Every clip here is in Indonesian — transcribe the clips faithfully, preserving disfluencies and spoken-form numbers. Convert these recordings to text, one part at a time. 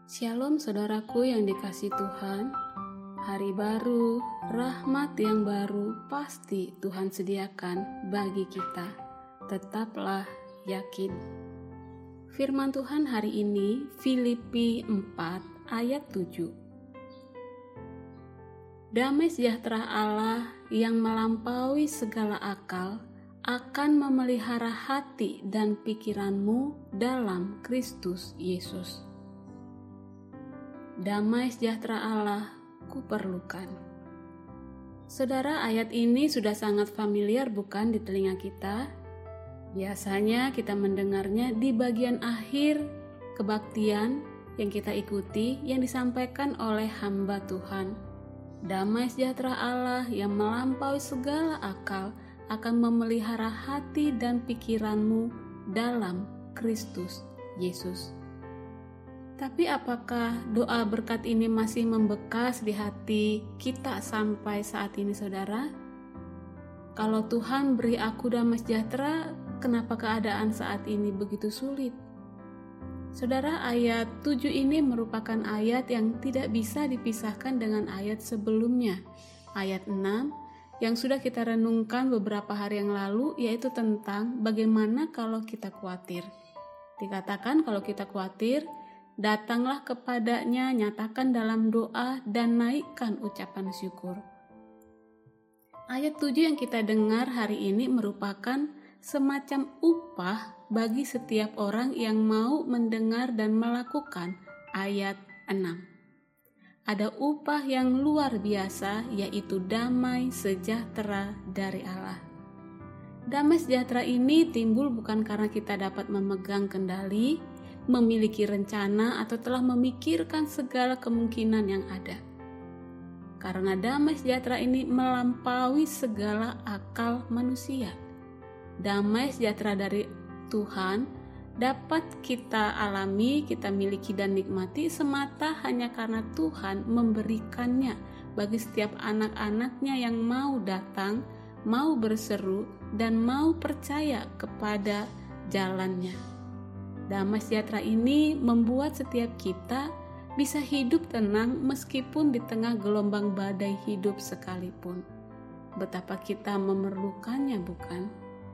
Shalom saudaraku yang dikasihi Tuhan. Hari baru, rahmat yang baru pasti Tuhan sediakan bagi kita. Tetaplah yakin. Firman Tuhan hari ini Filipi empat ayat tujuh. Damai sejahtera Allah yang melampaui segala akal akan memelihara hati dan pikiranmu dalam Kristus Yesus. Damai sejahtera Allah kuperlukan. Saudara, ayat ini sudah sangat familiar bukan di telinga kita? Biasanya kita mendengarnya di bagian akhir kebaktian yang kita ikuti yang disampaikan oleh hamba Tuhan. Damai sejahtera Allah yang melampaui segala akal akan memelihara hati dan pikiranmu dalam Kristus Yesus. Tapi apakah doa berkat ini masih membekas di hati kita sampai saat ini, saudara? Kalau Tuhan beri aku damai sejahtera, kenapa keadaan saat ini begitu sulit? Saudara, ayat tujuh ini merupakan ayat yang tidak bisa dipisahkan dengan ayat sebelumnya. Ayat enam yang sudah kita renungkan beberapa hari yang lalu, yaitu tentang bagaimana kalau kita khawatir. Dikatakan kalau kita khawatir, datanglah kepadanya, nyatakan dalam doa, dan naikkan ucapan syukur. Ayat tujuh yang kita dengar hari ini merupakan semacam upah bagi setiap orang yang mau mendengar dan melakukan ayat enam. Ada upah yang luar biasa, yaitu damai sejahtera dari Allah. Damai sejahtera ini timbul bukan karena kita dapat memegang kendali, memiliki rencana, atau telah memikirkan segala kemungkinan yang ada. Karena damai sejahtera ini melampaui segala akal manusia. Damai sejahtera dari Tuhan dapat kita alami, kita miliki dan nikmati semata hanya karena Tuhan memberikannya bagi setiap anak-anaknya yang mau datang, mau berseru, dan mau percaya kepada jalannya. Damai sejahtera ini membuat setiap kita bisa hidup tenang meskipun di tengah gelombang badai hidup sekalipun. Betapa kita memerlukannya, bukan?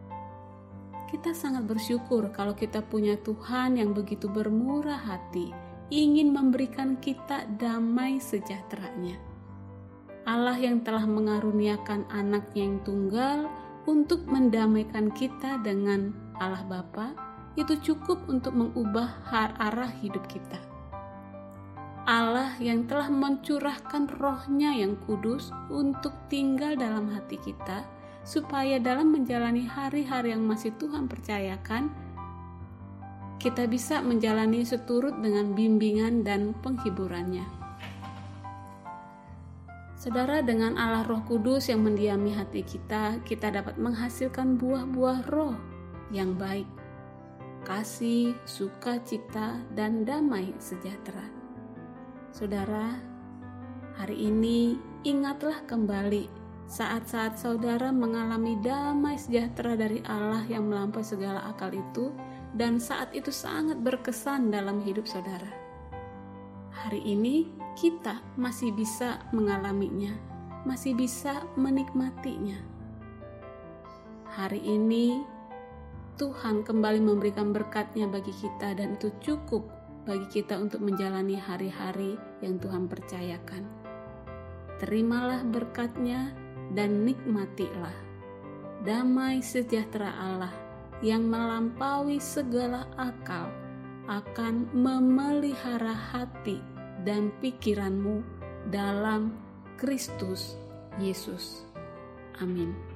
Kita sangat bersyukur kalau kita punya Tuhan yang begitu bermurah hati, ingin memberikan kita damai sejahteranya. Allah yang telah mengaruniakan anaknya yang tunggal untuk mendamaikan kita dengan Allah Bapa, itu cukup untuk mengubah arah hidup kita. Allah yang telah mencurahkan roh-Nya yang kudus untuk tinggal dalam hati kita, supaya dalam menjalani hari-hari yang masih Tuhan percayakan, kita bisa menjalani seturut dengan bimbingan dan penghiburannya. Saudara, dengan Allah Roh Kudus yang mendiami hati kita, kita dapat menghasilkan buah-buah roh yang baik, kasih, sukacita, dan damai sejahtera. Saudara, hari ini ingatlah kembali saat-saat saudara mengalami damai sejahtera dari Allah yang melampaui segala akal itu, dan saat itu sangat berkesan dalam hidup saudara. Hari ini kita masih bisa mengalaminya, masih bisa menikmatinya. Hari ini Tuhan kembali memberikan berkat-Nya bagi kita, dan itu cukup bagi kita untuk menjalani hari-hari yang Tuhan percayakan. Terimalah berkat-Nya dan nikmatilah damai sejahtera Allah yang melampaui segala akal akan memelihara hati dan pikiranmu dalam Kristus Yesus. Amin.